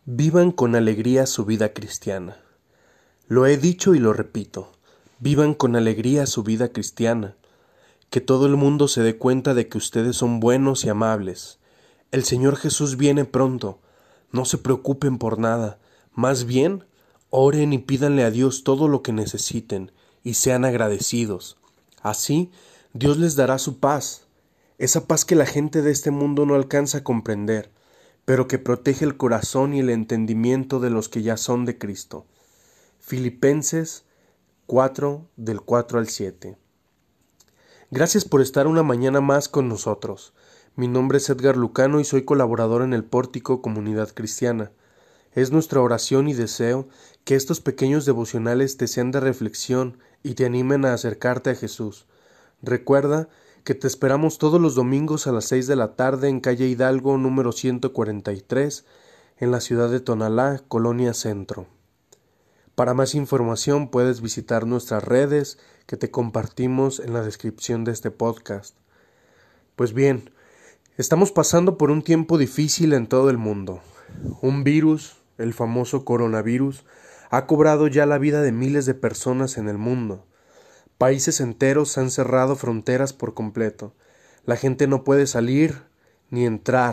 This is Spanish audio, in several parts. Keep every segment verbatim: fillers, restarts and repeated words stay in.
Vivan con alegría su vida cristiana. Lo he dicho y lo repito, vivan con alegría su vida cristiana. Que todo el mundo se dé cuenta de que ustedes son buenos y amables. El Señor Jesús viene pronto. No se preocupen por nada. Más bien, oren y pídanle a Dios todo lo que necesiten y sean agradecidos. Así, Dios les dará su paz, esa paz que la gente de este mundo no alcanza a comprender, pero que protege el corazón y el entendimiento de los que ya son de Cristo. Filipenses cuatro, del cuatro al siete. Gracias por estar una mañana más con nosotros. Mi nombre es Edgar Lucano y soy colaborador en el Pórtico Comunidad Cristiana. Es nuestra oración y deseo que estos pequeños devocionales te sean de reflexión y te animen a acercarte a Jesús. Recuerda que te esperamos todos los domingos a las seis de la tarde en calle Hidalgo número ciento cuarenta y tres, en la ciudad de Tonalá, Colonia Centro. Para más información puedes visitar nuestras redes que te compartimos en la descripción de este podcast. Pues bien, estamos pasando por un tiempo difícil en todo el mundo. Un virus, el famoso coronavirus, ha cobrado ya la vida de miles de personas en el mundo. Países enteros han cerrado fronteras por completo. La gente no puede salir ni entrar.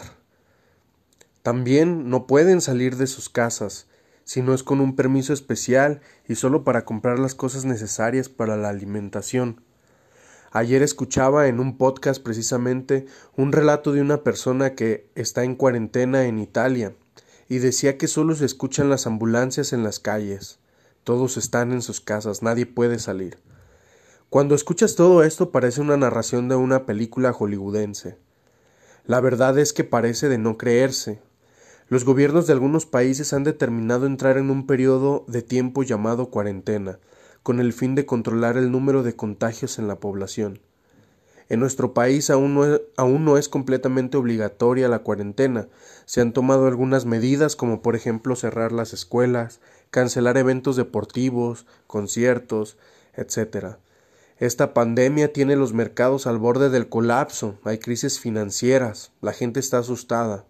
También no pueden salir de sus casas, si no es con un permiso especial y solo para comprar las cosas necesarias para la alimentación. Ayer escuchaba en un podcast precisamente un relato de una persona que está en cuarentena en Italia y decía que solo se escuchan las ambulancias en las calles. Todos están en sus casas, nadie puede salir. Cuando escuchas todo esto parece una narración de una película hollywoodense. La verdad es que parece de no creerse. Los gobiernos de algunos países han determinado entrar en un periodo de tiempo llamado cuarentena, con el fin de controlar el número de contagios en la población. En nuestro país aún no es, aún no es completamente obligatoria la cuarentena. Se han tomado algunas medidas como por ejemplo cerrar las escuelas, cancelar eventos deportivos, conciertos, etcétera. Esta pandemia tiene los mercados al borde del colapso, hay crisis financieras, la gente está asustada.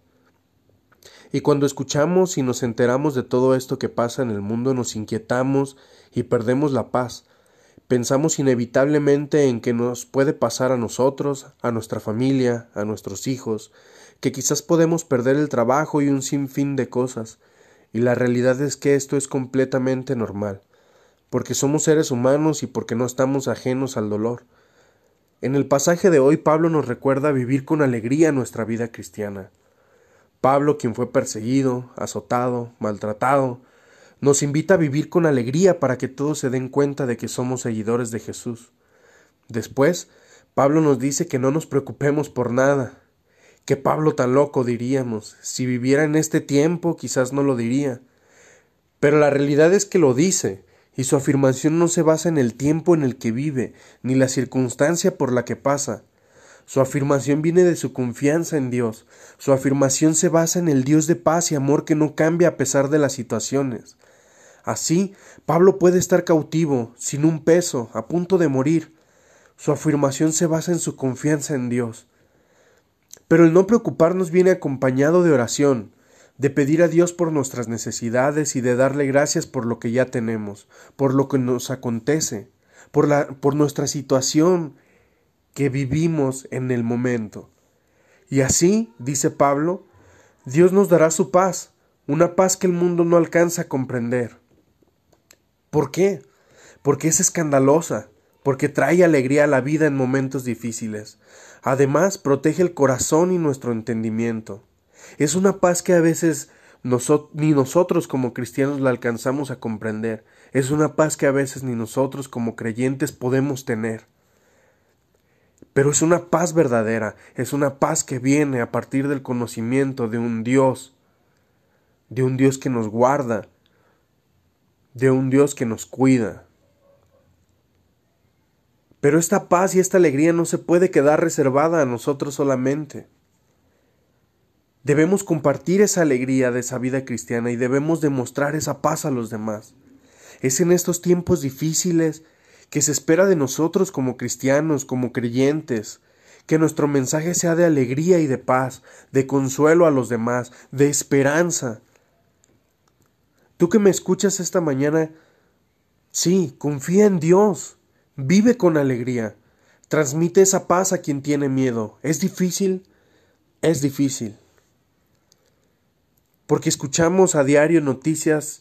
Y cuando escuchamos y nos enteramos de todo esto que pasa en el mundo, nos inquietamos y perdemos la paz. Pensamos inevitablemente en que nos puede pasar a nosotros, a nuestra familia, a nuestros hijos, que quizás podemos perder el trabajo y un sinfín de cosas. Y la realidad es que esto es completamente normal, porque somos seres humanos y porque no estamos ajenos al dolor. En el pasaje de hoy, Pablo nos recuerda vivir con alegría nuestra vida cristiana. Pablo, quien fue perseguido, azotado, maltratado, nos invita a vivir con alegría para que todos se den cuenta de que somos seguidores de Jesús. Después, Pablo nos dice que no nos preocupemos por nada. ¿Qué Pablo tan loco diríamos? Si viviera en este tiempo, quizás no lo diría. Pero la realidad es que lo dice, y su afirmación no se basa en el tiempo en el que vive, ni la circunstancia por la que pasa. Su afirmación viene de su confianza en Dios. Su afirmación se basa en el Dios de paz y amor que no cambia a pesar de las situaciones. Así, Pablo puede estar cautivo, sin un peso, a punto de morir. Su afirmación se basa en su confianza en Dios. Pero el no preocuparnos viene acompañado de oración, de pedir a Dios por nuestras necesidades y de darle gracias por lo que ya tenemos, por lo que nos acontece, por la, por nuestra situación que vivimos en el momento. Y así, dice Pablo, Dios nos dará su paz, una paz que el mundo no alcanza a comprender. ¿Por qué? Porque es escandalosa, porque trae alegría a la vida en momentos difíciles. Además, protege el corazón y nuestro entendimiento. Es una paz que a veces noso- ni nosotros como cristianos la alcanzamos a comprender. Es una paz que a veces ni nosotros como creyentes podemos tener. Pero es una paz verdadera, es una paz que viene a partir del conocimiento de un Dios, de un Dios que nos guarda, de un Dios que nos cuida. Pero esta paz y esta alegría no se puede quedar reservada a nosotros solamente. Debemos compartir esa alegría de esa vida cristiana y debemos demostrar esa paz a los demás. Es en estos tiempos difíciles que se espera de nosotros como cristianos, como creyentes, que nuestro mensaje sea de alegría y de paz, de consuelo a los demás, de esperanza. Tú que me escuchas esta mañana, sí, confía en Dios, vive con alegría, transmite esa paz a quien tiene miedo. ¿Es difícil? Es difícil. Porque escuchamos a diario noticias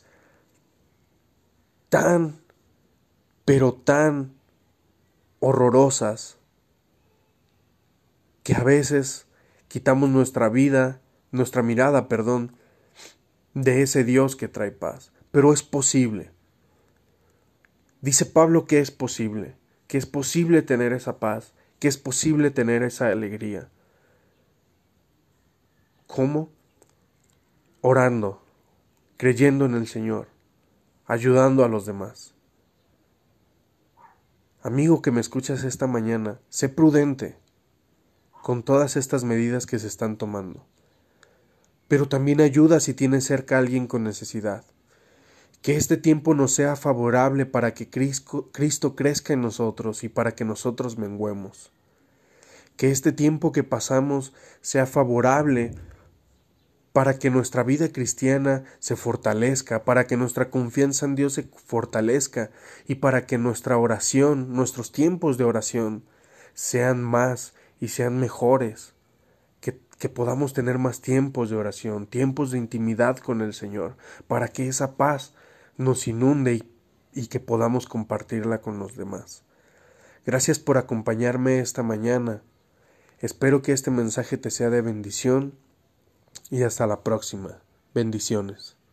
tan, pero tan horrorosas, que a veces quitamos nuestra vida, nuestra mirada, perdón, de ese Dios que trae paz. Pero es posible. Dice Pablo que es posible, que es posible tener esa paz, que es posible tener esa alegría. ¿Cómo? Orando, creyendo en el Señor, ayudando a los demás. Amigo que me escuchas esta mañana, sé prudente con todas estas medidas que se están tomando. Pero también ayuda si tienes cerca a alguien con necesidad. Que este tiempo nos sea favorable para que Cristo, Cristo crezca en nosotros y para que nosotros menguemos. Que este tiempo que pasamos sea favorable para que nuestra vida cristiana se fortalezca, para que nuestra confianza en Dios se fortalezca y para que nuestra oración, nuestros tiempos de oración sean más y sean mejores, que, que podamos tener más tiempos de oración, tiempos de intimidad con el Señor, para que esa paz nos inunde y, y que podamos compartirla con los demás. Gracias por acompañarme esta mañana. Espero que este mensaje te sea de bendición y hasta la próxima. Bendiciones.